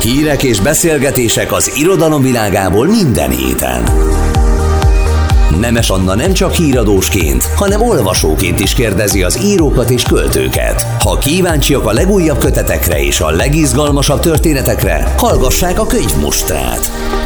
Hírek és beszélgetések az irodalom világából minden héten. Nemes Anna nem csak híradósként, hanem olvasóként is kérdezi az írókat és költőket. Ha kíváncsiak a legújabb kötetekre és a legizgalmasabb történetekre, hallgassák a Könyvmustrát.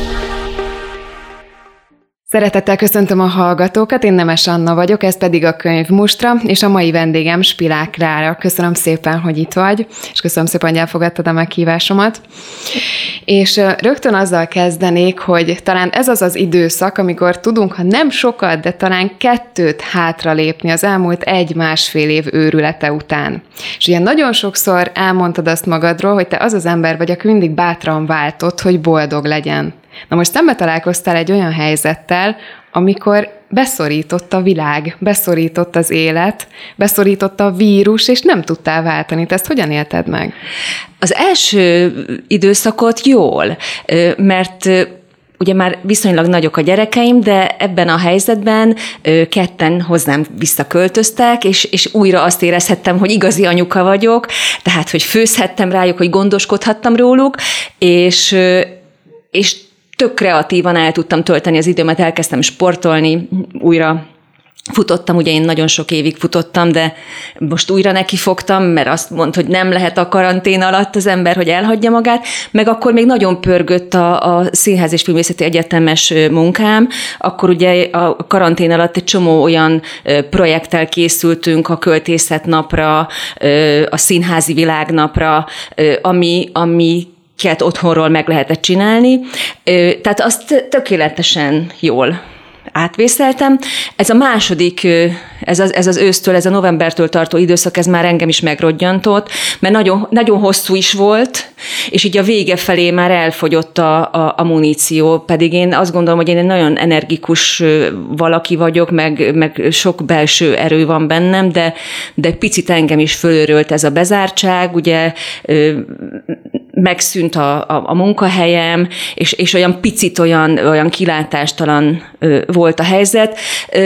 Szeretettel köszöntöm a hallgatókat, én Nemes Anna vagyok, ez pedig a Könyvmustra, és a mai vendégem Spilák Klára. Köszönöm szépen, hogy itt vagy, és köszönöm szépen, hogy elfogadtad a meghívásomat. És rögtön azzal kezdenék, hogy talán ez az az időszak, amikor tudunk, ha nem sokat, de talán 2 hátralépni az elmúlt 1-1,5 év őrülete után. És ugye nagyon sokszor elmondtad azt magadról, hogy te az az ember vagy, aki mindig bátran váltott, hogy boldog legyen. Na most szembe találkoztál egy olyan helyzettel, amikor beszorított a világ, beszorított az élet, beszorított a vírus, és nem tudtál váltani. Te ezt hogyan élted meg? Az első időszakot jól, mert ugye már viszonylag nagyok a gyerekeim, de ebben a helyzetben 2 hozzám visszaköltöztek, és újra azt érezhettem, hogy igazi anyuka vagyok, tehát, hogy főzhettem rájuk, hogy gondoskodhattam róluk, és tök kreatívan el tudtam tölteni az időmet, elkezdtem sportolni, újra futottam, ugye én nagyon sok évig futottam, de most újra nekifogtam, mert azt mondta, hogy nem lehet a karantén alatt az ember, hogy elhagyja magát, meg akkor még nagyon pörgött a Színház és Filmvészeti Egyetemes munkám, akkor ugye a karantén alatt egy csomó olyan projekttel készültünk a költészetnapra, a színházi világnapra, ami otthonról meg lehetett csinálni, tehát azt tökéletesen jól átvészeltem. Ez a második, ez az ősztől, ez a novembertől tartó időszak, ez már engem is megrodjantott, mert nagyon, nagyon hosszú is volt, és így a vége felé már elfogyott a muníció, pedig én azt gondolom, hogy én egy nagyon energikus valaki vagyok, meg sok belső erő van bennem, de picit engem is fölörölt ez a bezártság, ugye megszűnt a munkahelyem, és olyan picit olyan kilátástalan volt a helyzet,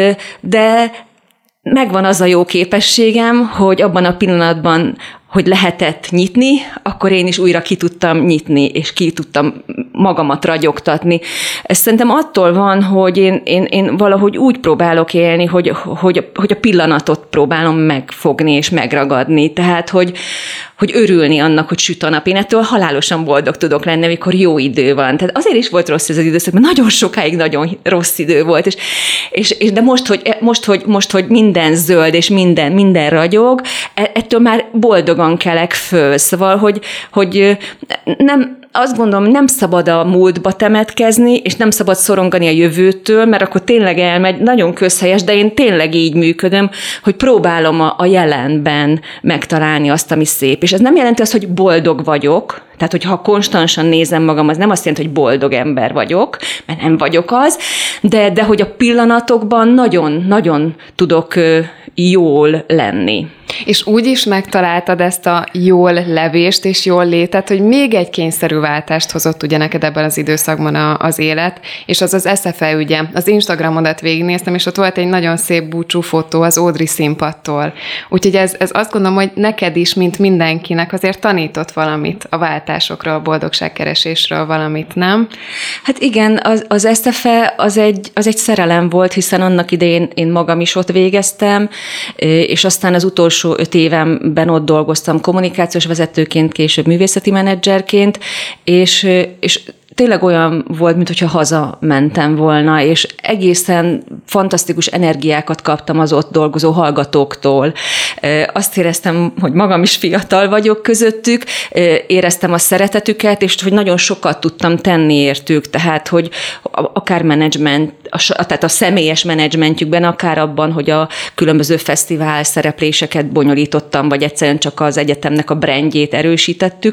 de megvan az a jó képességem, hogy abban a pillanatban, hogy lehetett nyitni, akkor én is újra ki tudtam nyitni, és ki tudtam magamat ragyogtatni. Ez szerintem attól van, hogy én valahogy úgy próbálok élni, hogy a pillanatot próbálom megfogni és megragadni. Tehát, hogy örülni annak, hogy süt a nap. Én ettől halálosan boldog tudok lenni, amikor jó idő van. Tehát azért is volt rossz ez az időszak, mert nagyon sokáig nagyon rossz idő volt. De most, hogy minden zöld, és minden ragyog, ettől már boldogan kelek föl. Szóval, hogy nem, azt gondolom, nem szabad a múltba temetkezni, és nem szabad szorongani a jövőtől, mert akkor tényleg elmegy, nagyon közhelyes, de én tényleg így működöm, hogy próbálom a jelenben megtalálni azt, ami szép. És ez nem jelenti azt, hogy boldog vagyok, tehát, hogyha konstansan nézem magam, az nem azt jelenti, hogy boldog ember vagyok, mert nem vagyok az, de hogy a pillanatokban nagyon-nagyon tudok jól lenni. És úgy is megtaláltad ezt a jól levést és jól létet, hogy még egy kényszerű váltást hozott ugye neked ebben az időszakban az élet, és az SFE ügye. Az Instagramodat végignéztem, és ott volt egy nagyon szép búcsú fotó az Audrey színpadtól. Úgyhogy ez azt gondolom, hogy neked is, mint mindenkinek azért tanított valamit a váltásokról, a boldogságkeresésről valamit, nem? Hát igen, az SFE az egy szerelem volt, hiszen annak idején én magam is ott végeztem, és aztán az utolsó 5 évemben ott dolgoztam kommunikációs vezetőként, később művészeti menedzserként, és tényleg olyan volt, mintha hazamentem volna, és egészen fantasztikus energiákat kaptam az ott dolgozó hallgatóktól. Azt éreztem, hogy magam is fiatal vagyok közöttük, éreztem a szeretetüket, és hogy nagyon sokat tudtam tenni értük, tehát, hogy akár menedzsment, tehát a személyes menedzsmentjükben, akár abban, hogy a különböző fesztivál szerepléseket bonyolítottam, vagy egyszerűen csak az egyetemnek a brandjét erősítettük,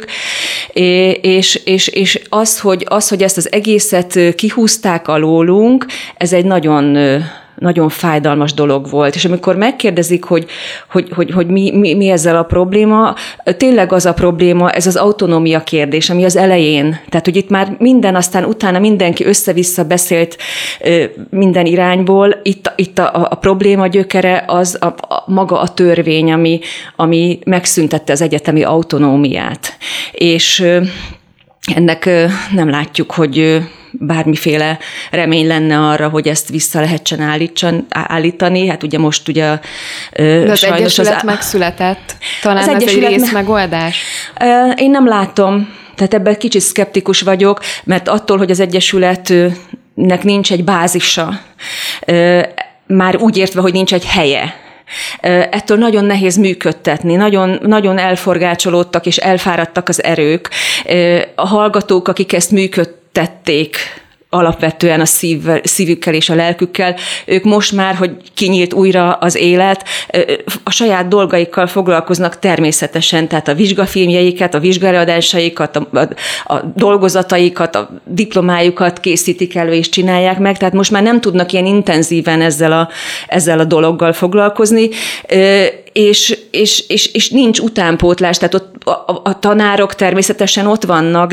és az, hogy ezt az egészet kihúzták alólunk, ez egy nagyon fájdalmas dolog volt. És amikor megkérdezik, hogy mi ezzel a probléma, tényleg az a probléma, ez az autonómia kérdés, ami az elején. Tehát, hogy itt már minden, aztán utána mindenki össze-vissza beszélt minden irányból. Itt a probléma gyökere az maga a törvény, ami megszüntette az egyetemi autonómiát. ennek nem látjuk, hogy bármiféle remény lenne arra, hogy ezt vissza lehessen állítani. Hát ugye most ugye de az Egyesület megszületett. Talán ez egy részmegoldás? Én nem látom. Tehát ebben kicsit szkeptikus vagyok, mert attól, hogy az Egyesületnek nincs egy bázisa, már úgy értve, hogy nincs egy helye, ettől nagyon nehéz működtetni, nagyon, nagyon elforgácsolódtak és elfáradtak az erők. A hallgatók, akik ezt működtették, alapvetően a szívükkel és a lelkükkel, ők most már, hogy kinyílt újra az élet, a saját dolgaikkal foglalkoznak természetesen, tehát a vizsgafilmjeiket, a vizsgaelőadásaikat, a dolgozataikat, a diplomájukat készítik elő és csinálják meg, tehát most már nem tudnak ilyen intenzíven ezzel a dologgal foglalkozni, és nincs utánpótlás, tehát ott a tanárok természetesen ott vannak,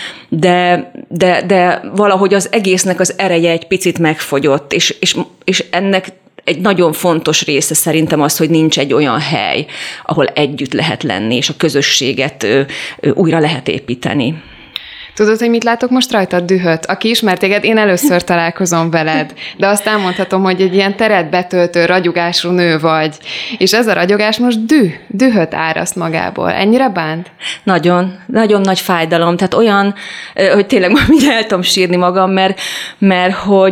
de valahogy az egésznek az ereje egy picit megfogyott, és ennek egy nagyon fontos része szerintem az, hogy nincs egy olyan hely, ahol együtt lehet lenni, és a közösséget újra lehet építeni. Tudod, hogy mit látok most rajtad? Dühöt. Aki ismer téged, én először találkozom veled, de azt elmondhatom, hogy egy ilyen teret betöltő, ragyogású nő vagy, és ez a ragyogás most dühöt áraszt magából. Ennyire bánt? Nagyon, nagyon nagy fájdalom. Tehát olyan, hogy tényleg most mindjárt el tudom sírni magam, mert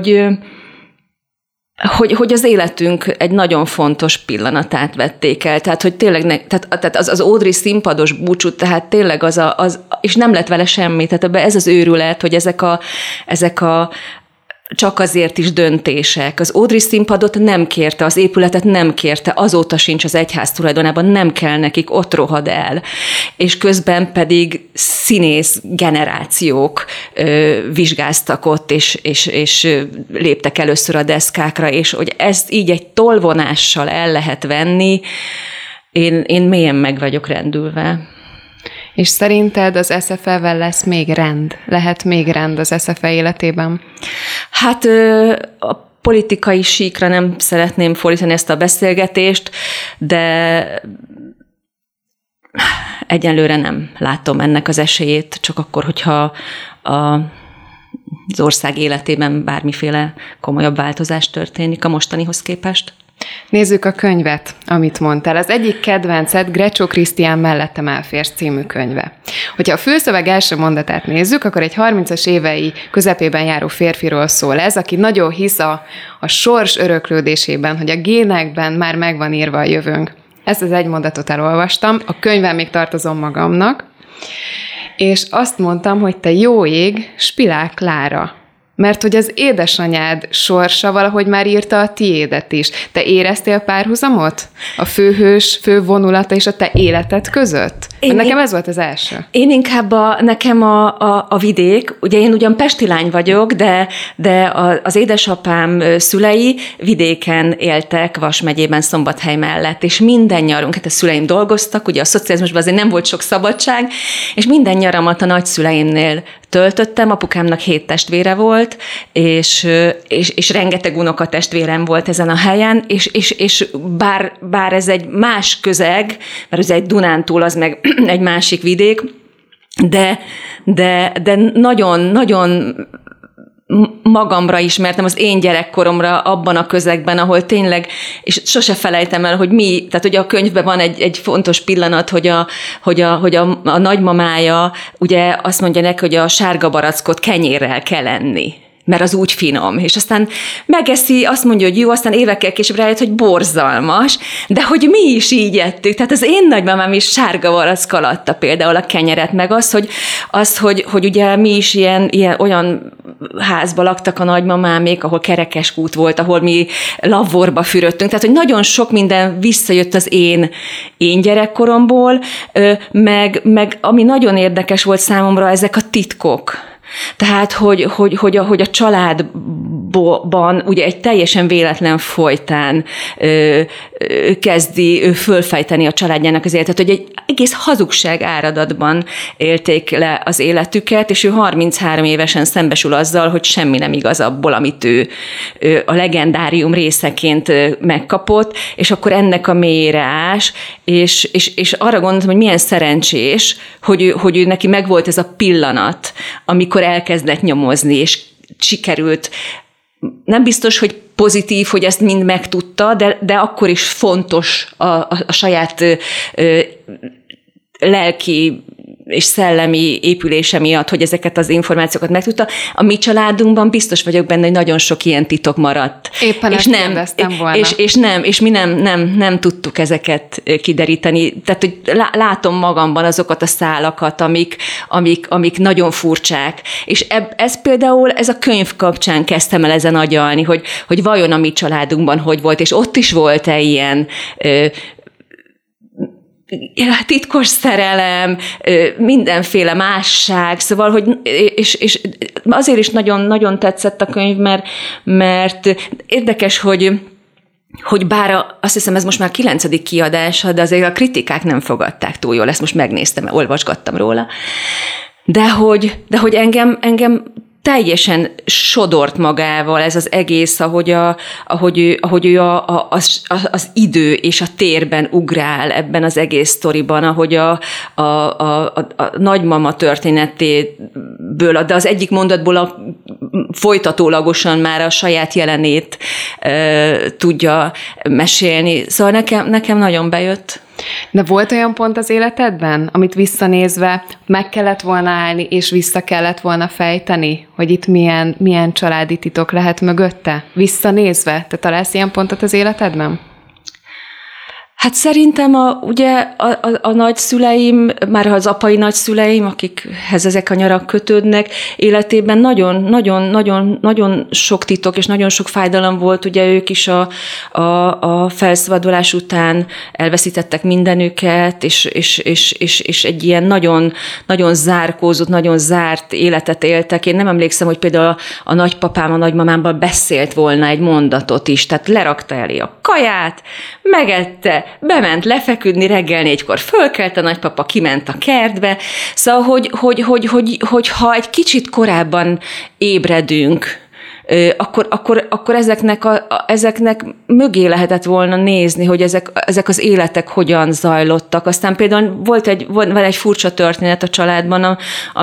hogy az életünk egy nagyon fontos pillanatát vették el, tehát hogy tényleg, tehát az Audrey színpados búcsú, tehát tényleg az és nem lett vele semmi, tehát ez az őrület, hogy ezek a csak azért is döntések. Az Audrey színpadot nem kérte, az épületet nem kérte, azóta sincs az egyház tulajdonában, nem kell nekik, ott rohad el. És közben pedig színész generációk vizsgáztak ott, és léptek először a deszkákra, és hogy ezt így egy tollvonással el lehet venni, én mélyen meg vagyok rendülve. És szerinted az SZFE-vel lesz még rend? Lehet még rend az SZFE életében? Hát a politikai síkra nem szeretném fordítani ezt a beszélgetést, de egyenlőre nem látom ennek az esélyét, csak akkor, hogyha az ország életében bármiféle komolyabb változás történik a mostanihoz képest. Nézzük a könyvet, amit mondtál. Az egyik kedvenced Grecsó Krisztián Mellettem elférsz című könyve. Hogyha a főszöveg első mondatát nézzük, akkor egy 30-as évei közepében járó férfiról szól ez, aki nagyon hisz a sors öröklődésében, hogy a génekben már megvan írva a jövőnk. Ezt az egy mondatot elolvastam, a könyvvel még tartozom magamnak, és azt mondtam, hogy te jó ég, Spilák Klára. Mert hogy az édesanyád sorsa valahogy már írta a tiédet is. Te éreztél párhuzamot? A főhős, fővonulata és a te életed között? Nekem ez volt az első. Én inkább nekem a vidék, ugye én ugyan pesti lány vagyok, de az édesapám szülei vidéken éltek, Vas megyében, Szombathely mellett, és minden nyarunk, hát a szüleim dolgoztak, ugye a szocializmusban azért nem volt sok szabadság, és minden nyaramat a nagyszüleimnél töltöttem, apukámnak 7 testvére volt, és rengeteg unokatestvérem volt ezen a helyen, és bár ez egy más közeg, mert ez egy Dunántúl, az meg egy másik vidék, de nagyon magamra ismertem, az én gyerekkoromra abban a közegben, ahol tényleg, és sose felejtem el, hogy tehát hogy a könyvben van egy fontos pillanat, hogy a nagymamája ugye azt mondja neki, hogy a sárga barackot kenyérrel kell enni, mert az úgy finom. És aztán megeszi, azt mondja, hogy jó, aztán évekkel később rájött, hogy borzalmas, de hogy mi is így ettük. Tehát az én nagymamám is sárga barack adta például a kenyeret, meg hogy ugye mi is olyan házba laktak a nagymamámék, ahol kerekeskút volt, ahol mi lavorba fürödtünk. Tehát, hogy nagyon sok minden visszajött az én gyerekkoromból, meg ami nagyon érdekes volt számomra, ezek a titkok. Tehát, hogy a családban ugye egy teljesen véletlen folytán kezdi fölfejteni a családjának az életet, hogy egy egész hazugság áradatban élték le az életüket, és ő 33 évesen szembesül azzal, hogy semmi nem igaz abból, amit ő a legendárium részeként megkapott, és akkor ennek a mélyére ás, és arra gondoltam, hogy milyen szerencsés, hogy ő neki megvolt ez a pillanat, amikor elkezdett nyomozni, és sikerült. Nem biztos, hogy pozitív, hogy ezt mind megtudta, de akkor is fontos a saját lelki és szellemi épülése miatt, hogy ezeket az információkat megtudta. A mi családunkban biztos vagyok benne, hogy nagyon sok ilyen titok maradt. Éppen és ezt kérdeztem volna. És mi nem tudtuk ezeket kideríteni. Tehát, hogy látom magamban azokat a szálakat, amik nagyon furcsák. És ez például, ez a könyv kapcsán kezdtem el ezen agyalni, hogy vajon a mi családunkban hogy volt, és ott is volt-e ilyen titkos szerelem, mindenféle másság, szóval, hogy, és azért is nagyon tetszett a könyv, mert érdekes, hogy bár azt hiszem, ez most már 9. kiadása, de azért a kritikák nem fogadták túl jól, ezt most megnéztem, olvasgattam róla, de hogy engem teljesen sodort magával ez az egész, ahogy ő az idő és a térben ugrál ebben az egész sztoriban, ahogy a nagymama történetéből, de az egyik mondatból folytatólagosan már a saját jelenét tudja mesélni. Szóval nekem nagyon bejött. De volt olyan pont az életedben, amit visszanézve meg kellett volna állni, és vissza kellett volna fejteni, hogy itt milyen családi titok lehet mögötte? Visszanézve? Te találsz ilyen pontot az életedben? Hát szerintem a nagyszüleim, már az apai nagyszüleim, akikhez ezek a nyarak kötődnek, életében nagyon sok titok és nagyon sok fájdalom volt, ugye ők is a felszabadulás után elveszítettek mindenüket, és egy ilyen nagyon zárkózott, nagyon zárt életet éltek. Én nem emlékszem, hogy például a nagypapám, a nagymamámmal beszélt volna egy mondatot is, tehát lerakta elé a kaját, megette, bement lefeküdni, reggel 4-kor fölkelt a nagypapa, kiment a kertbe. Szóval, hogy ha egy kicsit korábban ébredünk, akkor ezeknek mögé lehetett volna nézni, hogy ezek az életek hogyan zajlottak. Aztán például van egy furcsa történet a családban,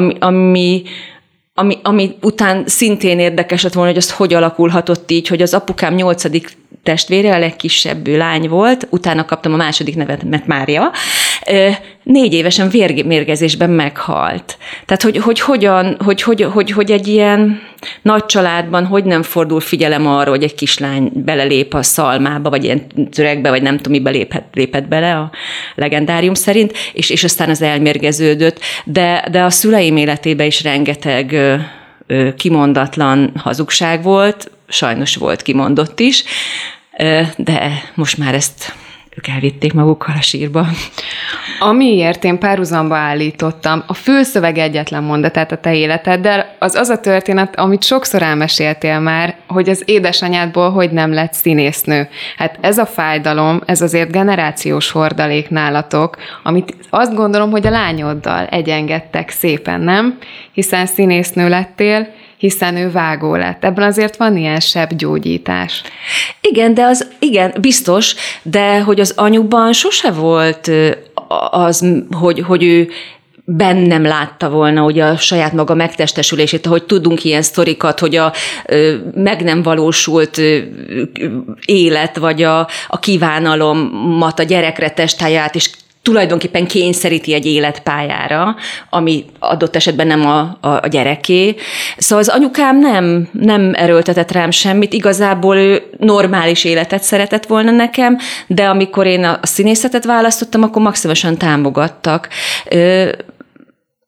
ami után szintén érdekes lett volna, hogy az hogy alakulhatott így, hogy az apukám 8. testvére, a legkisebb lány volt, utána kaptam a második nevet, mert Mária, 4 évesen vérmérgezésben meghalt. Tehát, hogy egy ilyen nagy családban hogy nem fordul figyelem arra, hogy egy kislány belelép a szalmába, vagy ilyen töregbe, vagy nem tudom, mibe lépett bele a legendárium szerint, és aztán az elmérgeződött. De a szüleim életében is rengeteg kimondatlan hazugság volt, sajnos volt kimondott is, de most már ezt ők elvitték magukkal a sírba. Amiért én párhuzamba állítottam a fülszöveg egyetlen mondatát a te életeddel, az a történet, amit sokszor elmeséltél már, hogy az édesanyádból hogy nem lett színésznő. Hát ez a fájdalom, ez azért generációs hordalék nálatok, amit azt gondolom, hogy a lányoddal egyengedtek szépen, nem? Hiszen színésznő lettél, hiszen ő vágó lett. Ebben azért van ilyen sebgyógyítás. Igen, biztos, de hogy az anyuban sose volt az, hogy ő bennem látta volna, hogy a saját maga megtestesülését, ahogy tudunk ilyen sztorikat, hogy a meg nem valósult élet, vagy a kívánalomat a gyerekre testálja és tulajdonképpen kényszeríti egy életpályára, ami adott esetben nem a gyereké. Szóval az anyukám nem erőltetett rám semmit, igazából ő normális életet szeretett volna nekem, de amikor én a színészetet választottam, akkor maximálisan támogattak.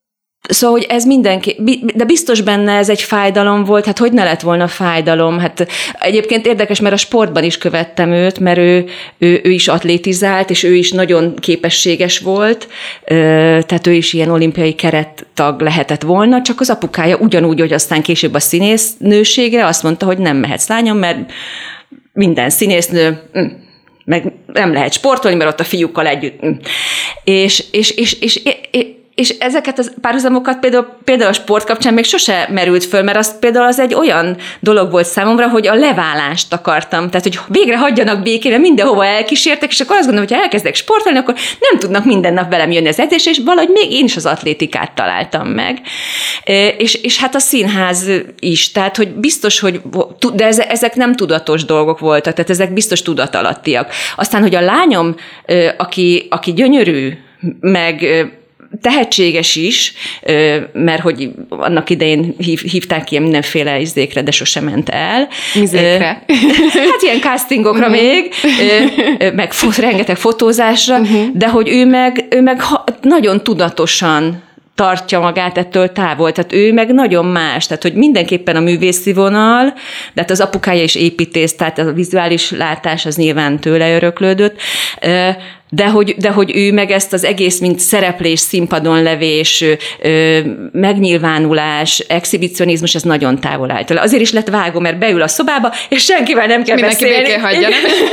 Szóval, hogy ez mindenki, de biztos benne ez egy fájdalom volt, hát hogy ne lett volna fájdalom? Hát egyébként érdekes, mert a sportban is követtem őt, mert ő is atlétizált, és ő is nagyon képességes volt, tehát ő is ilyen olimpiai kerettag lehetett volna, csak az apukája ugyanúgy, hogy aztán később a színésznőségre azt mondta, hogy nem mehetsz lányom, mert minden színésznő meg nem lehet sportolni, mert ott a fiúkkal együtt. És ezeket a párhuzamokat például a sport kapcsán még sose merült föl, mert az egy olyan dolog volt számomra, hogy a leválást akartam. Tehát, hogy végre hagyjanak békén, mindenhova elkísértek, és akkor azt gondolom, hogy ha elkezdek sportolni, akkor nem tudnak minden nap velem jönni az edzésre, és valahogy még én is az atlétikát találtam meg. És hát a színház is, tehát, hogy biztos, hogy, de ezek nem tudatos dolgok voltak, tehát ezek biztos tudatalattiak. Aztán, hogy a lányom, aki gyönyörű, meg tehetséges is, mert hogy annak idején hívták ilyen mindenféle izdékre, de sosem ment el. Izékre. Hát ilyen castingokra még, meg rengeteg fotózásra, de hogy ő meg nagyon tudatosan tartja magát ettől távol. Tehát ő meg nagyon más, tehát hogy mindenképpen a művészi vonal, de hát az apukája is építész, tehát a vizuális látás az nyilván tőle öröklődött, de hogy ő meg ezt az egész, mint szereplés, színpadon levés, megnyilvánulás, exhibicionizmus, ez nagyon távol áll tőle. Azért is lett vágó, mert beül a szobába, és senkivel nem kell mindenki beszélni. Mindenki hagyja.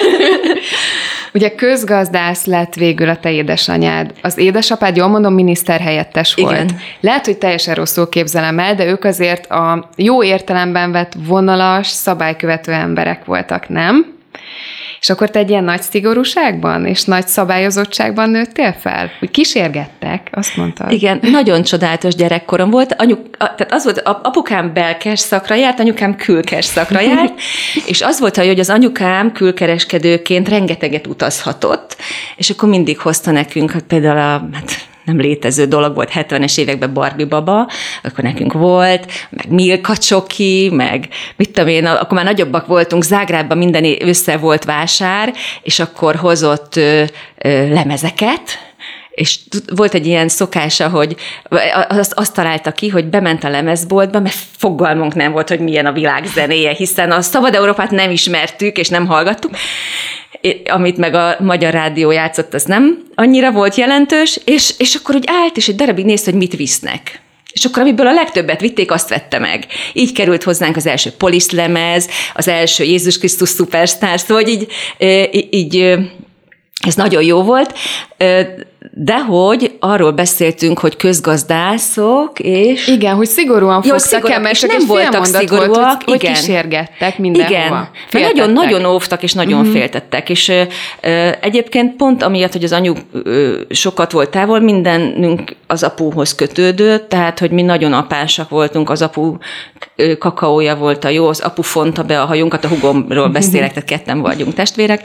Ugye közgazdász lett végül a te édesanyád. Az édesapád, jól mondom, miniszterhelyettes volt. Igen. Lehet, hogy teljesen rosszul képzelem el, de ők azért a jó értelemben vett vonalas, szabálykövető emberek voltak, nem? És akkor te egy ilyen nagy szigorúságban és nagy szabályozottságban nőttél fel? Úgy kísérgettek, azt mondtad. Igen, nagyon csodálatos gyerekkorom volt. Tehát az volt, apukám belkes szakra járt, anyukám külkes szakra járt, és az volt, hogy az anyukám külkereskedőként rengeteget utazhatott, és akkor mindig hozta nekünk, például nem létező dolog volt, 70-es években Barbie baba, akkor nekünk volt, meg Milka csoki, meg mit tudom én, akkor már nagyobbak voltunk, Zágrábban minden össze volt vásár, és akkor hozott lemezeket, és volt egy ilyen szokása, hogy azt találta ki, hogy bement a lemezboltba, mert fogalmunk nem volt, hogy milyen a világ zenéje, hiszen a Szabad Európát nem ismertük, és nem hallgattuk, amit meg a Magyar Rádió játszott, az nem annyira volt jelentős, és akkor úgy állt, és egy darabig nézte, hogy mit visznek. És akkor amiből a legtöbbet vitték, azt vette meg. Így került hozzánk az első Police lemez, az első Jézus Krisztus Superstar, szóval így ez nagyon jó volt, de hogy arról beszéltünk, hogy közgazdászok, és... Igen, hogy szigorúan fogtak el, mert nem voltak szigorúak, volt, hogy kísérgettek mindenhova. Igen, nagyon óvtak, és nagyon féltettek, és egyébként pont amiatt, hogy az anyu sokat volt távol, mindenünk az apuhoz kötődött, tehát, hogy mi nagyon apásak voltunk, az apu kakaója volt a jó, az apu fonta be a hajunkat, a hugomról beszélek, tehát ketten vagyunk testvérek,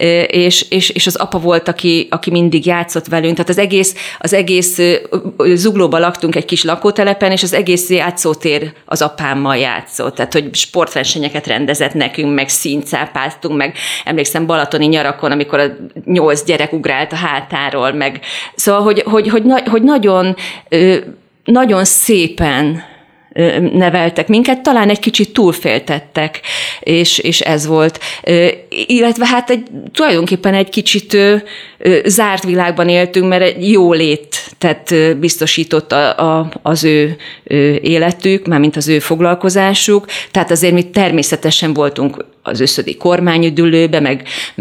és az apa volt, aki mindig játszott velünk, tehát az egész Zuglóban laktunk egy kis lakótelepen, és az egész játszótér az apámmal játszott, tehát hogy sportversenyeket rendezett nekünk, meg színcápáztunk, meg emlékszem balatoni nyarakon, amikor a 8 gyerek ugrált a hátáról, meg szóval, hogy nagyon szépen neveltek minket, talán egy kicsit túlféltettek, és ez volt. Illetve hát tulajdonképpen egy kicsit zárt világban éltünk, mert egy jólétet biztosított az ő életük, mármint az ő foglalkozásuk, tehát azért mi természetesen voltunk az Összödi kormányüdülőbe,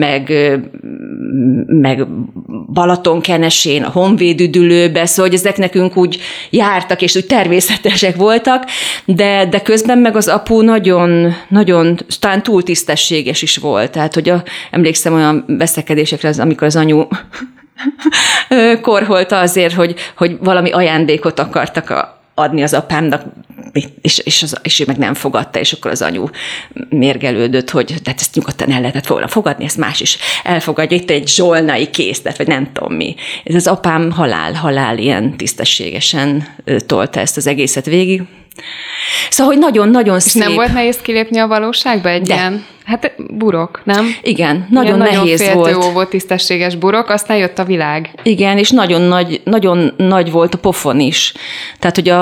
meg Balatonkenesén, a Honvéd üdülőbe, szóval hogy ezek nekünk úgy jártak, és úgy természetesek voltak, de közben meg az apu nagyon, nagyon, talán túl tisztességes is volt. Tehát, hogy emlékszem olyan veszekedésekre, amikor az anyu korholta azért, hogy valami ajándékot akartak adni az apámnak, és ő meg nem fogadta, és akkor az anyu mérgelődött, hogy tehát ezt nyugodtan el lehetett volna fogadni, ezt más is elfogadja, itt egy zsolnai készlet, vagy nem tudom mi. Ez az apám halál ilyen tisztességesen tolta ezt az egészet végig. Szóval, hogy nagyon-nagyon szép. És nem volt nehéz kilépni a valóságba egy ilyen, hát burok, nem? Igen, nagyon nehéz nagyon volt. Nagyon volt tisztességes burok, aztán jött a világ. Igen, és nagyon nagy volt a pofon is. Tehát, hogy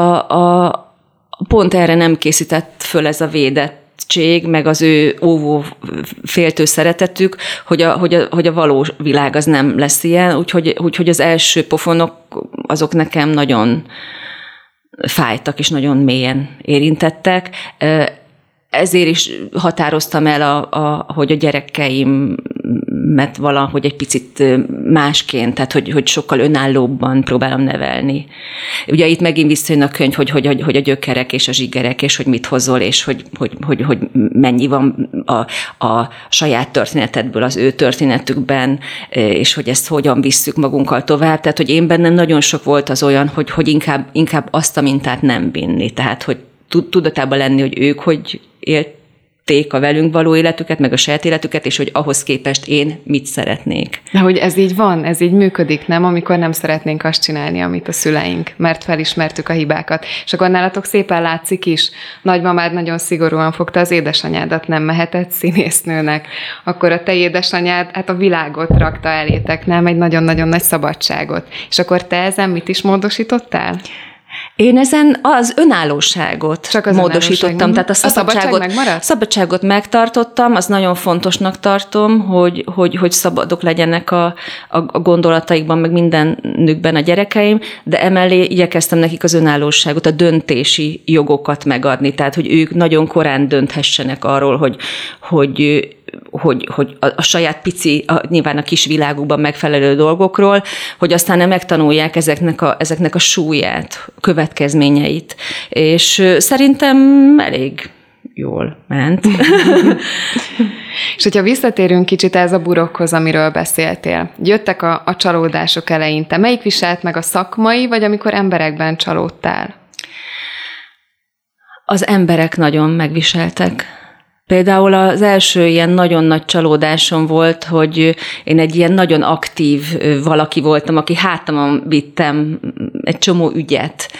pont erre nem készített föl ez a védettség, meg az ő óvó féltő szeretetük, hogy a való világ az nem lesz ilyen, úgyhogy az első pofonok azok nekem nagyon fájtak, és nagyon mélyen érintettek. Ezért is határoztam el, hogy a gyerekeimet valahogy egy picit másként, tehát hogy sokkal önállóbban próbálom nevelni. Ugye itt megint visszajön a könyv, hogy a gyökerek és a zsigerek, és hogy mit hozol, és hogy mennyi van a saját történetedből az ő történetükben, és hogy ezt hogyan visszük magunkkal tovább. Tehát, hogy én bennem nagyon sok volt az olyan, hogy inkább azt a mintát nem vinni. Tehát, hogy tudatában lenni, hogy ők hogy élték a velünk való életüket, meg a saját életüket, és hogy ahhoz képest én mit szeretnék. De hogy ez így van, ez így működik, nem? Amikor nem szeretnénk azt csinálni, amit a szüleink, mert felismertük a hibákat. És akkor nálatok szépen látszik is, nagymamád nagyon szigorúan fogta az édesanyádat, nem mehetett színésznőnek. Akkor a te édesanyád, hát a világot rakta elétek, nem? Egy nagyon-nagyon nagy szabadságot. És akkor te ezen mit is módosítottál? Én ezen az önállóságot csak az módosítottam, tehát a szabadságot megtartottam, az nagyon fontosnak tartom, hogy szabadok legyenek a gondolataikban, meg mindenükben a gyerekeim, de emellé igyekeztem nekik az önállóságot, a döntési jogokat megadni, tehát hogy ők nagyon korán dönthessenek arról, hogy a saját pici, nyilván a kis világukban megfelelő dolgokról, hogy aztán megtanulják ezeknek a súlyát, a következményeit. És szerintem elég jól ment. És hogyha visszatérünk kicsit ez a burokhoz, amiről beszéltél, jöttek a csalódások eleinte. Melyik viselt meg, a szakmai, vagy amikor emberekben csalódtál? Az emberek nagyon megviseltek. Például az első ilyen nagyon nagy csalódásom volt, hogy én egy ilyen nagyon aktív valaki voltam, aki hátamon vittem egy csomó ügyet,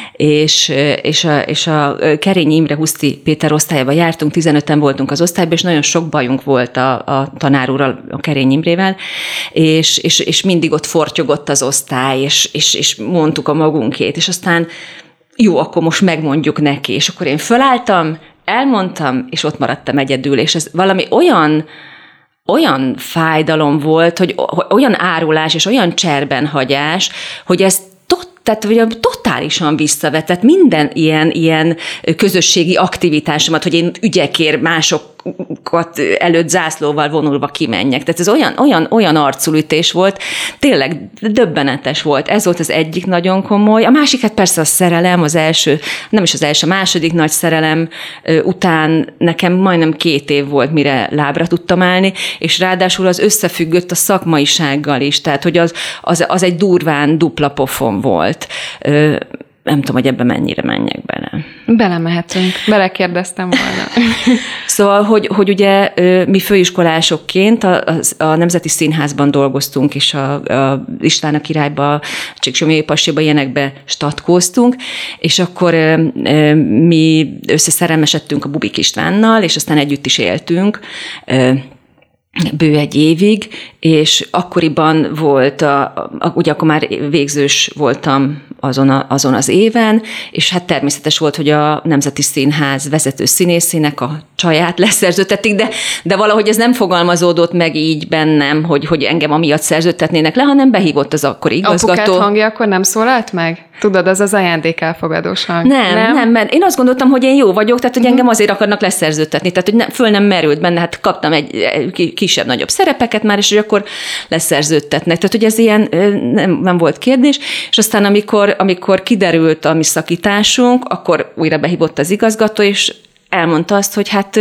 és a Kerényi Imre Huszti Péter osztályába jártunk, 15-en voltunk az osztályban, és nagyon sok bajunk volt a tanár úrral, a Kerényi Imrével, és mindig ott fortyogott az osztály, és mondtuk a magunkét, és aztán jó, akkor most megmondjuk neki, és akkor én fölálltam, elmondtam, és ott maradtam egyedül, és ez valami olyan fájdalom volt, hogy olyan árulás és olyan cserbenhagyás, hogy ez tehát totálisan visszavetett minden ilyen közösségi aktivitásomat, hogy én ügyekért másokat előtt zászlóval vonulva kimenjek. Tehát ez olyan arculütés volt, tényleg döbbenetes volt. Ez volt az egyik nagyon komoly. A másik, hát persze a szerelem, az első, nem is az első, a második nagy szerelem után nekem majdnem 2 év volt, mire lábra tudtam állni, és ráadásul az összefüggött a szakmaisággal is, tehát hogy az egy durván dupla pofon volt. Nem tudom, hogy ebben mennyire menjek bele. Belemehetünk. Belekérdeztem volna. Szóval, hogy ugye mi főiskolásokként a Nemzeti Színházban dolgoztunk, és a István a Királyba, a Csíksomlyai Passiba ilyenekbe statkóztunk, és akkor mi összeszerelmesedtünk a Bubik Istvánnal, és aztán együtt is éltünk, bő 1 évig, és akkoriban volt, ugye akkor már végzős voltam azon az éven, és hát természetes volt, hogy a Nemzeti Színház vezető színészének a csaját leszerződtetik, de valahogy ez nem fogalmazódott meg így bennem, hogy engem amiatt szerződtetnének le, hanem behívott az akkori igazgató. Apukát hangja akkor nem szólalt meg? Tudod, az ajándékelfogadós hang. Nem, mert én azt gondoltam, hogy én jó vagyok, tehát hogy engem azért akarnak leszerződtetni, tehát hogy föl nem merült benne, hát kaptam egy kisebb-nagyobb szerepeket már, és hogy akkor leszerződtetnek. Tehát, hogy ez ilyen nem volt kérdés, és aztán amikor kiderült a mi szakításunk, akkor újra behívott az igazgató, és elmondta azt, hogy hát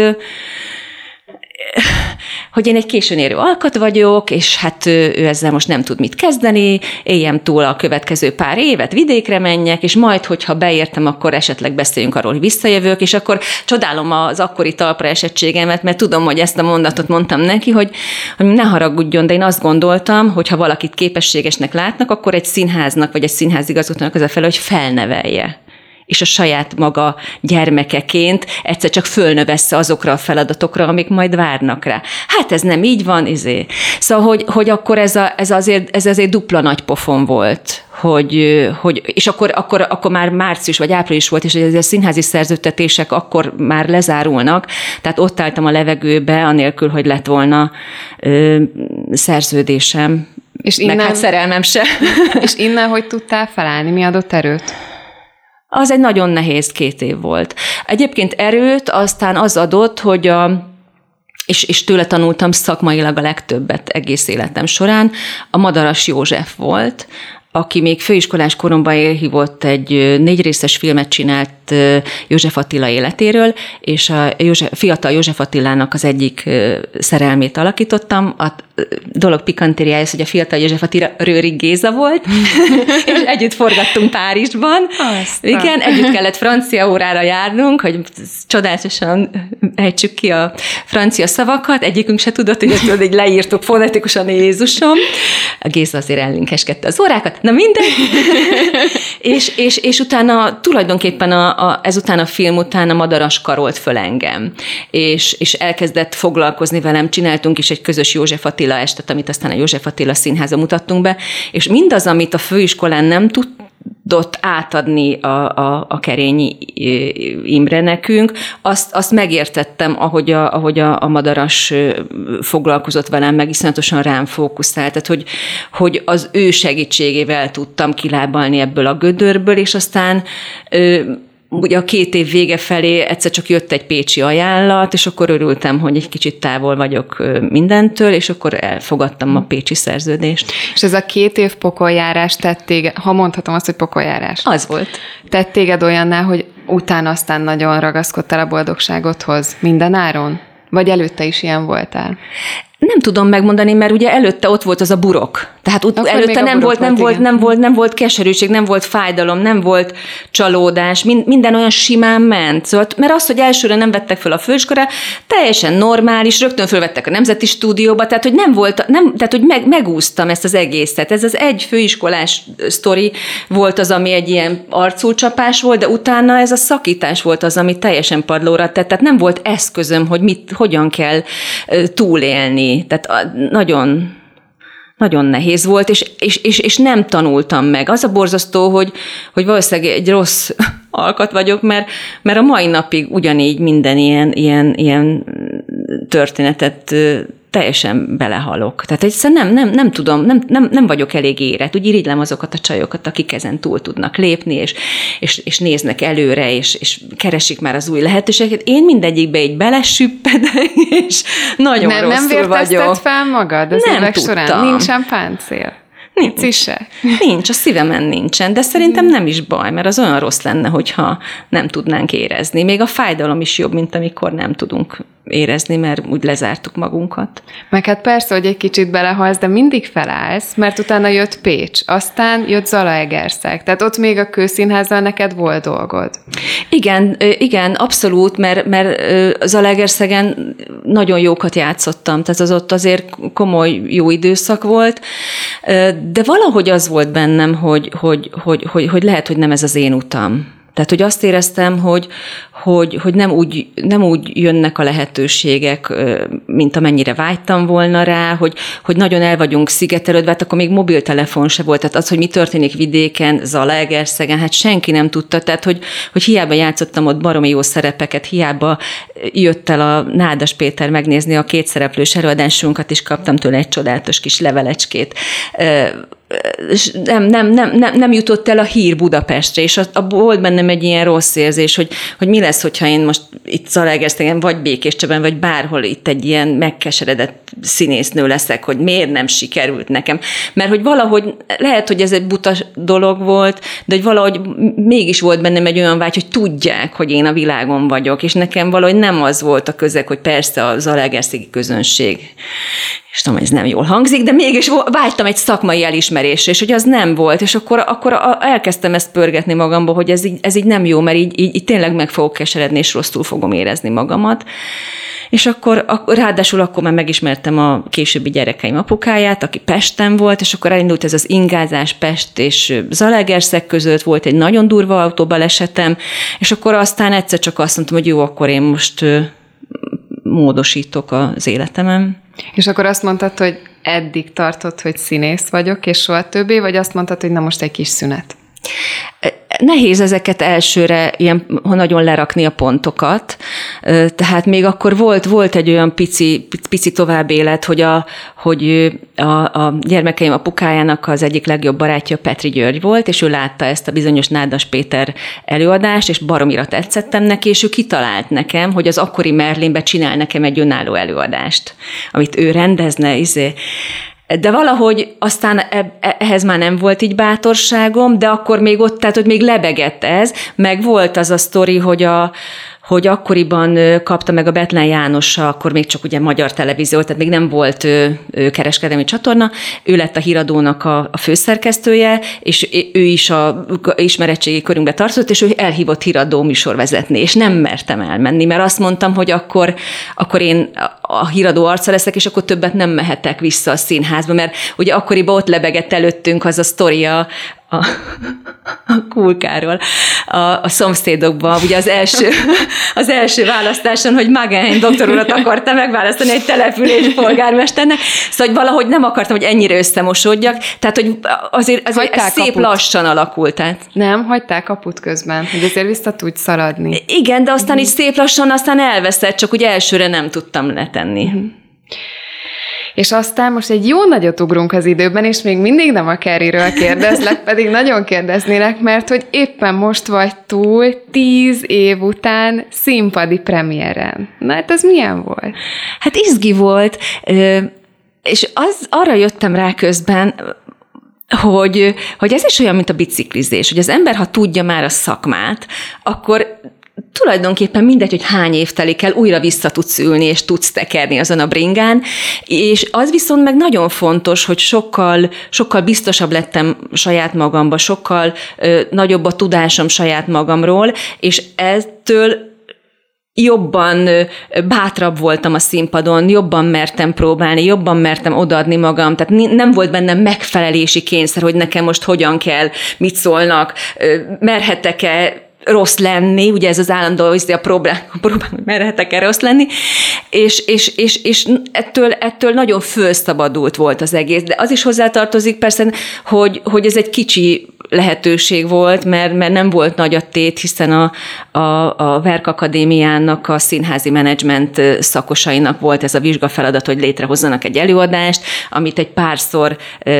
hogy én egy későn érő alkat vagyok, és hát ő ezzel most nem tud mit kezdeni, éljem túl a következő pár évet, vidékre menjek, és majd, hogyha beértem, akkor esetleg beszéljünk arról, hogy visszajövök, és akkor csodálom az akkori talpra esettségemet, mert tudom, hogy ezt a mondatot mondtam neki, hogy ne haragudjon, de én azt gondoltam, hogy ha valakit képességesnek látnak, akkor egy színháznak, vagy egy színházigazgatónak az a fel, hogy felnevelje. és a saját maga gyermekeként egyszer csak fölnövessze azokra a feladatokra, amik majd várnak rá. Hát ez nem így van, Szóval, hogy akkor ez azért dupla nagy pofon volt, és akkor már március vagy április volt, és a színházi szerződtetések akkor már lezárulnak, tehát ott álltam a levegőbe, anélkül, hogy lett volna szerződésem, és innen, meg hát szerelmem se. És innen hogy tudtál felállni? Mi adott erőt? Az egy nagyon nehéz 2 év volt. Egyébként erőt aztán az adott, hogy és tőle tanultam szakmailag a legtöbbet egész életem során, a Madaras József volt, aki még főiskolás koromban elhívott, egy 4 részes filmet csinált József Attila életéről, és a fiatal József Attilának az egyik szerelmét alakítottam. A dolog pikantériája, hogy a fiatal József Attila Rőrig Géza volt, és együtt forgattunk Párizsban. Igen, együtt kellett francia órára járnunk, hogy csodálatosan ejtsük ki a francia szavakat, egyikünk se tudott, hogy ezt így leírtuk fonetikusan, Jézusom. A Géza azért ellinkeskedte az órákat, na mindegy. és utána tulajdonképpen ezután a film után a Madaras karolt föl engem, és elkezdett foglalkozni velem, csináltunk is egy közös József Attila estet, amit aztán a József Attila Színházon mutattunk be, és mindaz, amit a főiskolán nem tudott átadni a Kerényi Imre nekünk, azt megértettem, ahogy a Madaras foglalkozott velem, meg iszonyatosan rám fókuszált, tehát hogy az ő segítségével tudtam kilábalni ebből a gödörből, és aztán ugye a 2 év vége felé egyszer csak jött egy pécsi ajánlat, és akkor örültem, hogy egy kicsit távol vagyok mindentől, és akkor elfogadtam a pécsi szerződést. És ez a 2 év pokoljárás tett téged, ha mondhatom azt, hogy pokoljárás. Az volt. Tett téged olyanná, hogy utána aztán nagyon ragaszkodtál a boldogságodhoz mindenáron? Vagy előtte is ilyen voltál? Nem tudom megmondani, mert ugye előtte ott volt az a burok. Tehát előtte nem volt keserűség, nem volt fájdalom, nem volt csalódás, minden olyan simán ment. Szóval, mert az, hogy elsőre nem vettek föl a főiskolra, teljesen normális, rögtön fölvettek a Nemzeti Stúdióba, tehát hogy tehát hogy megúsztam ezt az egészet. Ez az egy főiskolás sztori volt az, ami egy ilyen arculcsapás volt, de utána ez a szakítás volt az, ami teljesen padlóra tett. Tehát nem volt eszközöm, hogy hogyan kell túlélni. Tehát nagyon, nagyon nehéz volt, és nem tanultam meg. Az a borzasztó, hogy valószínűleg egy rossz alkat vagyok, mert a mai napig ugyanígy minden ilyen történetet teljesen belehalok. Tehát egyszerűen nem tudom, nem vagyok elég érett. Úgy irigylem azokat a csajokat, akik ezen túl tudnak lépni, és néznek előre, és keresik már az új lehetőséget. Én mindegyikbe így belesüppedek, és nagyon rosszul vagyok. Nem vértezted fel magad az évek során? Nincsen páncél? Nincs, a szívemen nincsen, de szerintem nem is baj, mert az olyan rossz lenne, hogyha nem tudnánk érezni. Még a fájdalom is jobb, mint amikor nem tudunk érezni, mert úgy lezártuk magunkat. Meg hát persze, hogy egy kicsit belehalsz, de mindig felállsz, mert utána jött Pécs, aztán jött Zalaegerszeg, tehát ott még a Kőszínházzal neked volt dolgod. Igen, abszolút, mert Zalaegerszegen nagyon jókat játszottam, tehát az ott azért komoly jó időszak volt, de valahogy az volt bennem, hogy lehet, hogy nem ez az én utam. Tehát, hogy azt éreztem, hogy nem úgy jönnek a lehetőségek, mint amennyire vágytam volna rá, hogy nagyon el vagyunk szigetelődve, hát akkor még mobiltelefon se volt, tehát az, hogy mi történik vidéken, Zalaegerszegen, hát senki nem tudta, tehát, hogy hiába játszottam ott baromi jó szerepeket, hiába jött el a Nádas Péter megnézni a 2 szereplős előadásunkat, és kaptam tőle egy csodálatos kis levelecskét. Nem jutott el a hír Budapestre, és volt bennem egy ilyen rossz érzés, hogy mi lesz, hogyha én most itt Zalaegerszegen, vagy Békéscseben, vagy bárhol itt egy ilyen megkeseredett színésznő leszek, hogy miért nem sikerült nekem. Mert hogy valahogy, lehet, hogy ez egy buta dolog volt, de hogy valahogy mégis volt bennem egy olyan vágy, hogy tudják, hogy én a világon vagyok, és nekem valahogy nem az volt a közeg, hogy persze a zalaegerszegi közönség és tudom, ez nem jól hangzik, de mégis vágytam egy szakmai elismerésre, és hogy az nem volt, és akkor elkezdtem ezt pörgetni magamba, hogy ez így nem jó, mert így tényleg meg fogok keseredni, és rosszul fogom érezni magamat. És akkor ráadásul akkor már megismertem a későbbi gyerekeim apukáját, aki Pesten volt, és akkor elindult ez az ingázás Pest és Zalaegerszeg között, volt egy nagyon durva autóbalesetem, és akkor aztán egyszer csak azt mondtam, hogy jó, akkor én most módosítok az életemen. És akkor azt mondtad, hogy eddig tartott, hogy színész vagyok, és soha többé, vagy azt mondtad, hogy na most egy kis szünet? Nehéz ezeket elsőre ilyen nagyon lerakni a pontokat, tehát még akkor volt egy olyan pici tovább élet, hogy a gyermekeim apukájának az egyik legjobb barátja Petri György volt, és ő látta ezt a bizonyos Nádas Péter előadást, és baromira tetszettem neki, és ő kitalált nekem, hogy az akkori Merlinbe csinál nekem egy önálló előadást, amit ő rendezne, de valahogy aztán ehhez már nem volt így bátorságom, de akkor még ott, tehát hogy még lebegett ez, meg volt az a sztori, hogy akkoriban kapta meg a Bethlen Jánossal, akkor még csak ugye magyar televízió, tehát még nem volt kereskedelmi csatorna, ő lett a Híradónak a főszerkesztője, és ő is a ismeretségi körünkbe tartozott, és ő elhívott Híradó műsorvezetni, és nem mertem elmenni, mert azt mondtam, hogy akkor én a Híradó arca leszek, és akkor többet nem mehetek vissza a színházba, mert ugye akkoriban ott lebegett előttünk az a sztoria, a Kulkáról, a szomszédokban, ugye az első választáson, hogy Magenheim doktor urat akarta megválasztani egy település polgármesternek, szóval hogy valahogy nem akartam, hogy ennyire összemosódjak, tehát hogy azért ez szép lassan alakult. Tehát. Nem, hagyták kaput közben, hogy azért vissza tudj szaladni. Igen, de aztán így szép lassan aztán elveszett, csak úgy elsőre nem tudtam letenni. És aztán most egy jó nagyot ugrunk az időben, és még mindig nem a Carrie-ről kérdezlek, pedig nagyon kérdeznélek, mert hogy éppen most vagy túl 10 év után színpadi premiéren. Na hát ez milyen volt? Hát izgi volt, és arra jöttem rá közben, hogy ez is olyan, mint a biciklizés, hogy az ember, ha tudja már a szakmát, akkor tulajdonképpen mindegy, hogy hány év telik el, újra vissza tudsz ülni, és tudsz tekerni azon a bringán, és az viszont meg nagyon fontos, hogy sokkal biztosabb lettem saját magamba, sokkal nagyobb a tudásom saját magamról, és ettől jobban bátrabb voltam a színpadon, jobban mertem próbálni, jobban mertem odaadni magam, tehát nem volt bennem megfelelési kényszer, hogy nekem most hogyan kell, mit szólnak, merhetek-e rossz lenni, ugye ez az állandó a próbálom, hogy merhetek-e rossz lenni, és ettől nagyon fölszabadult volt az egész, de az is hozzátartozik persze, hogy ez egy kicsi lehetőség volt, mert nem volt nagy a tét, hiszen a Verk Akadémiának a színházi menedzsment szakosainak volt ez a vizsgafeladat, hogy létrehozzanak egy előadást, amit egy párszor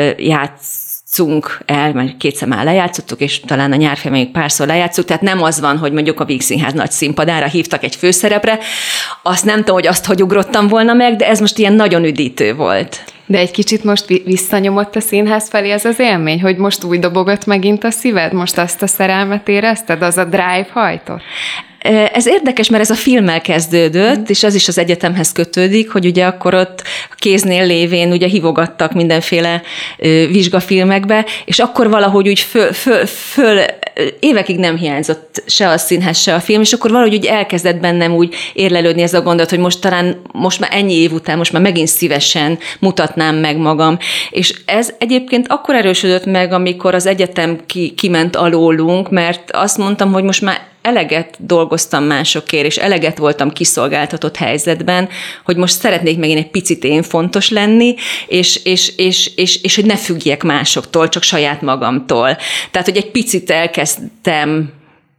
játszunk el, mert kétszer már lejátszottuk, és talán a nyárfél még párszor lejátszunk, tehát nem az van, hogy mondjuk a Víg Színház nagy színpadára hívtak egy főszerepre, azt nem tudom, hogy ugrottam volna meg, de ez most ilyen nagyon üdítő volt. De egy kicsit most visszanyomott a színház felé ez az élmény, hogy most úgy dobogott megint a szíved? Most azt a szerelmet érezted? Az a drive hajtott? Ez érdekes, mert ez a filmmel kezdődött, és az is az egyetemhez kötődik, hogy ugye akkor ott kéznél lévén ugye hívogattak mindenféle vizsgafilmekbe, és akkor valahogy úgy föl évekig nem hiányzott se a színház, se a film, és akkor valahogy úgy elkezdett bennem úgy érlelődni ez a gondolat, hogy most már ennyi év után, most már megint szívesen mutatnám meg magam. És ez egyébként akkor erősödött meg, amikor az egyetem kiment alólunk, mert azt mondtam, hogy most már eleget dolgoztam másokért, és eleget voltam kiszolgáltatott helyzetben, hogy most szeretnék megint egy picit én fontos lenni, és hogy ne függjek másoktól, csak saját magamtól. Tehát, hogy egy picit elkezdtem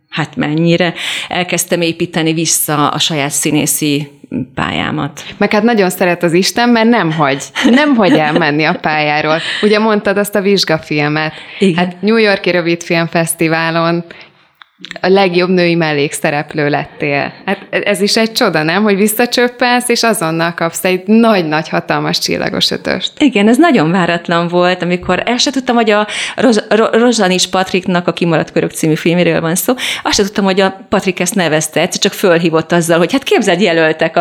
építeni vissza a saját színészi pályámat. Meg hát nagyon szeret az Isten, mert nem hagy elmenni a pályáról. Ugye mondtad azt a vizsgafilmet. Igen. Hát New York-i Rövidfilmfesztiválon a legjobb női mellékszereplő lettél. Hát ez is egy csoda, nem? Hogy visszacsöppensz, és azonnal kapsz egy nagy-nagy hatalmas csillagos ötöst. Igen, ez nagyon váratlan volt, amikor el se tudtam, hogy a Rozsanis Patriknak a Kimaradt Körök című filméről van szó, azt se tudtam, hogy a Patrik ezt nevezte, egyszer csak fölhívott azzal, hogy hát képzeld, jelöltek a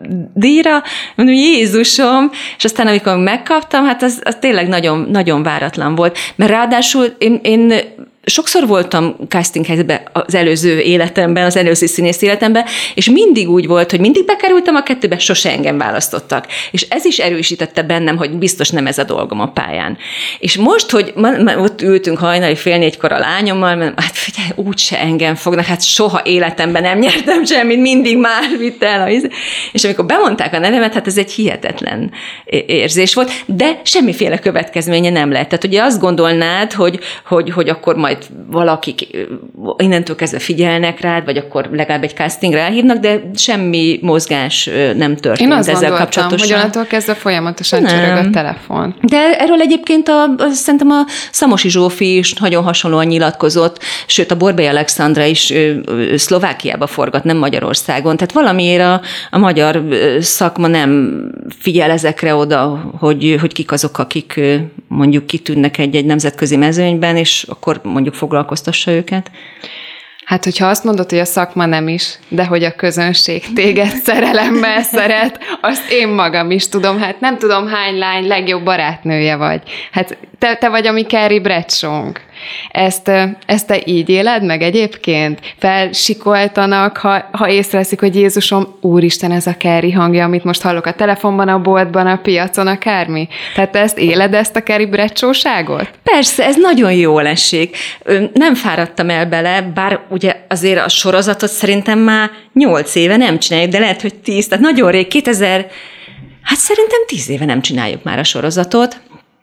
díjra, mondom, Jézusom, és aztán amikor megkaptam, hát az tényleg nagyon, nagyon váratlan volt, mert ráadásul én sokszor voltam casting helyzetben az előző életemben, az előző színész életemben, és mindig úgy volt, hogy mindig bekerültem a kettőbe, sose engem választottak. És ez is erősítette bennem, hogy biztos nem ez a dolgom a pályán. És most, hogy ott ültünk hajnali 3:30 a lányommal, mert hát figyelj, úgyse engem fognak, hát soha életemben nem nyertem semmit, mindig már vitt el. És amikor bemondták a nevemet, hát ez egy hihetetlen érzés volt, de semmiféle következménye nem lett. Tehát ugye azt gondolnád, hogy akkor majd valakik innentől kezdve figyelnek rád, vagy akkor legalább egy castingra elhívnak, de semmi mozgás nem történt ezzel kapcsolatosan. Hogy onnantól kezdve folyamatosan csörög a telefon. De erről egyébként szerintem a Szamosi Zsófi is nagyon hasonlóan nyilatkozott, sőt a Borbély Alexandra is Szlovákiába forgat, nem Magyarországon. Tehát valamiért a magyar szakma nem figyel ezekre oda, hogy kik azok, akik mondjuk kitűnnek egy nemzetközi mezőnyben, és akkor mondjuk foglalkoztassa őket. Hát, hogyha azt mondod, hogy a szakma nem is, de hogy a közönség téged szerelemmel szeret, azt én magam is tudom. Hát nem tudom, hány lány legjobb barátnője vagy. Hát te vagy a mi Carrie Bradshaw-nk. Ezt te így éled meg egyébként? Felsikoltanak, ha észreveszik, hogy Jézusom, úristen, ez a Carrie hangja, amit most hallok a telefonban, a boltban, a piacon, akármi. Tehát te ezt éled, ezt a Carrie Bradshaw-ságot? Persze, ez nagyon jól esik. Nem fáradtam el bele, bár ugye azért a sorozatot szerintem már 8 éve nem csináljuk, de lehet, hogy 10, tehát nagyon rég, hát szerintem 10 éve nem csináljuk már a sorozatot.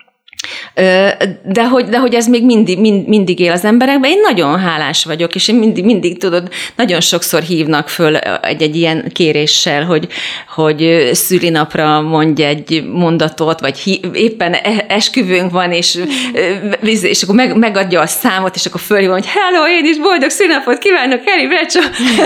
De hogy ez még mindig él az emberekben, én nagyon hálás vagyok, és én mindig tudod, nagyon sokszor hívnak föl egy ilyen kéréssel, hogy szülinapra mondj egy mondatot, vagy éppen esküvőnk van, és akkor megadja a számot, és akkor fölhívom, hogy hello, én is boldog szülinapot kívánok, Carrie Bradshaw.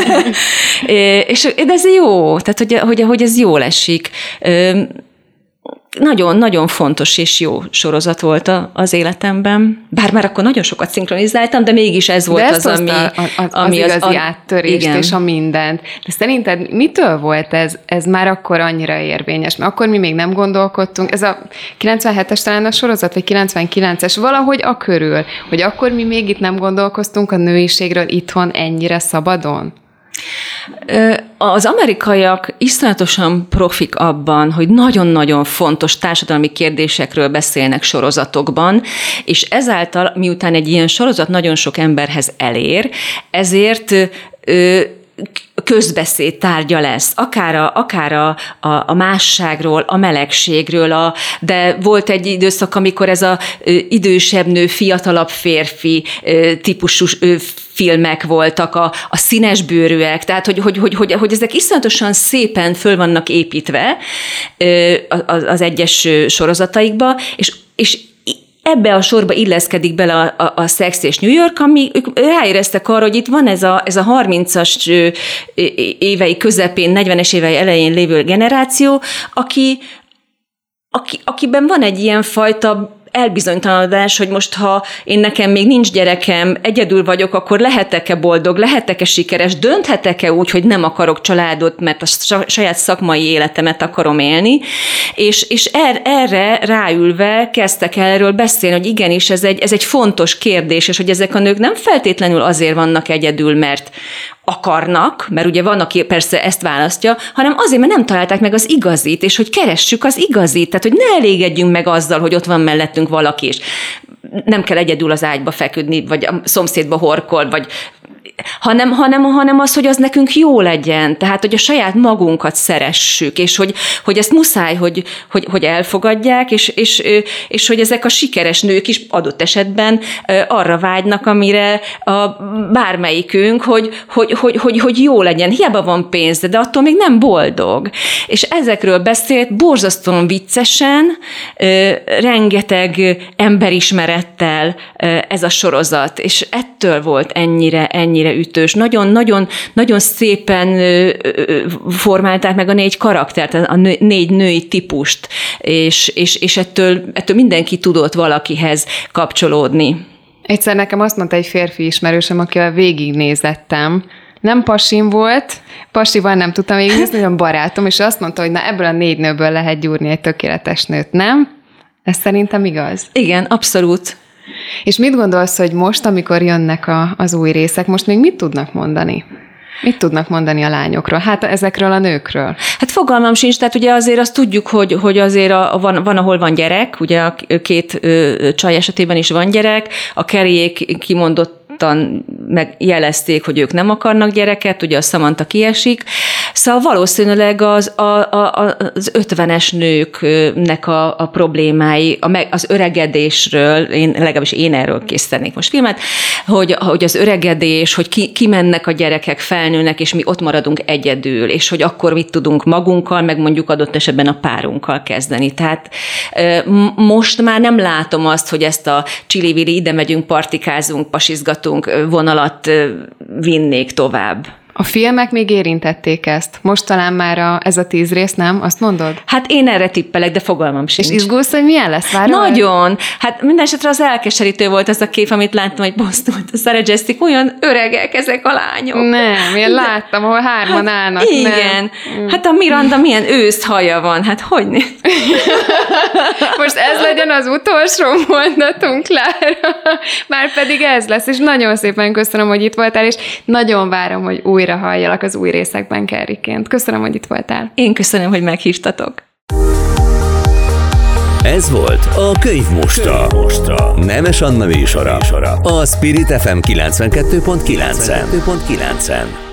De ez jó, tehát hogy ez jól esik. Nagyon-nagyon fontos és jó sorozat volt az életemben. Bár már akkor nagyon sokat szinkronizáltam, de mégis ez volt az, ami az igazi áttörést és a mindent. De szerinted mitől volt ez már akkor annyira érvényes? Mert akkor mi még nem gondolkodtunk. Ez a 97-es talán a sorozat, vagy 99-es, valahogy a körül, hogy akkor mi még itt nem gondolkoztunk a nőiségről itthon ennyire szabadon? Az amerikaiak iszonyatosan profik abban, hogy nagyon-nagyon fontos társadalmi kérdésekről beszélnek sorozatokban, és ezáltal, miután egy ilyen sorozat nagyon sok emberhez elér, ezért közbeszéd tárgya lesz, akár a másságról, a melegségről, de volt egy időszak, amikor ez az idősebb nő, fiatalabb férfi típusú filmek voltak, a színesbőrűek, tehát hogy ezek iszonyatosan szépen föl vannak építve az egyes sorozataikba, és ebbe a sorba illeszkedik bele a Sex és New York, ami ők ráéreztek arra, hogy itt van ez a 30-as évei közepén, 40-es évei elején lévő generáció, akiben van egy ilyen fajta elbizonytalanodás, hogy most, ha nekem még nincs gyerekem, egyedül vagyok, akkor lehetek-e boldog, lehetek-e sikeres, dönthetek-e úgy, hogy nem akarok családot, mert a saját szakmai életemet akarom élni, és erre ráülve kezdtek el erről beszélni, hogy igenis ez egy fontos kérdés, és hogy ezek a nők nem feltétlenül azért vannak egyedül, mert akarnak, mert ugye van, aki persze ezt választja, hanem azért, mert nem találták meg az igazit, és hogy keressük az igazit, tehát hogy ne elégedjünk meg azzal, hogy ott van mellettünk valaki, és nem kell egyedül az ágyba feküdni, vagy a szomszédba horkol, vagy hanem az, hogy az nekünk jó legyen, tehát, hogy a saját magunkat szeressük, és hogy ezt muszáj, hogy elfogadják, és hogy ezek a sikeres nők is adott esetben arra vágynak, amire bármelyikünk, hogy jó legyen. Hiába van pénz, de attól még nem boldog. És ezekről beszélt borzasztóan viccesen, rengeteg emberismerettel ez a sorozat, és ettől volt ennyire ütős. Nagyon szépen formálták meg a 4 karaktert, a 4 női típust, és ettől mindenki tudott valakihez kapcsolódni. Egyszer nekem azt mondta egy férfi ismerősöm, akivel végignézettem, Nem pasim volt, pasival nem tudtam még nézni, olyan barátom, és azt mondta, hogy na ebből a 4 nőből lehet gyúrni egy tökéletes nőt, nem? Ez szerintem igaz? Igen, abszolút. És mit gondolsz, hogy most, amikor jönnek az új részek, most még mit tudnak mondani? Mit tudnak mondani a lányokról? Hát ezekről a nőkről. Hát fogalmam sincs, tehát ugye azért azt tudjuk, hogy azért van, ahol van gyerek, ugye a 2 csaj esetében is van gyerek, a Carriék kimondottan megjelezték, hogy ők nem akarnak gyereket, ugye a Samantha kiesik, szóval valószínűleg az 50-es nőknek a problémái, az öregedésről, legalábbis én erről készítenék most filmet, hogy az öregedés, hogy kimennek a gyerekek, felnőnek, és mi ott maradunk egyedül, és hogy akkor mit tudunk magunkkal, meg mondjuk adott esetben a párunkkal kezdeni. Tehát most már nem látom azt, hogy ezt a csili-vili, ide megyünk, partikázunk, pasizgatunk vonalat vinnék tovább. A filmek még érintették ezt. Most talán már ez a 10 rész, nem? Azt mondod? Hát én erre tippelek, de fogalmam sincs. És izgulsz, hogy milyen lesz? Várol? Nagyon. Hát minden esetre az elkeserítő volt ez a kép, amit láttam, hogy posztolt a Sarah Jessica, olyan öregek ezek a lányok. Nem, én láttam, ahol 3-an állnak. Igen. Nem. Hát a Miranda milyen őszhaja van, hát hogy néz? Most ez legyen az utolsó mondatunk, Klára. Már pedig ez lesz, és nagyon szépen köszönöm, hogy itt voltál, és nagyon várom, hogy újra halljalak az új részekben Carrieként. Köszönöm, hogy itt voltál. Én köszönöm, hogy meghívtatok. Ez volt a Könyv Mostra. Nemes Anna műsora. A Spirit FM 92.9-en.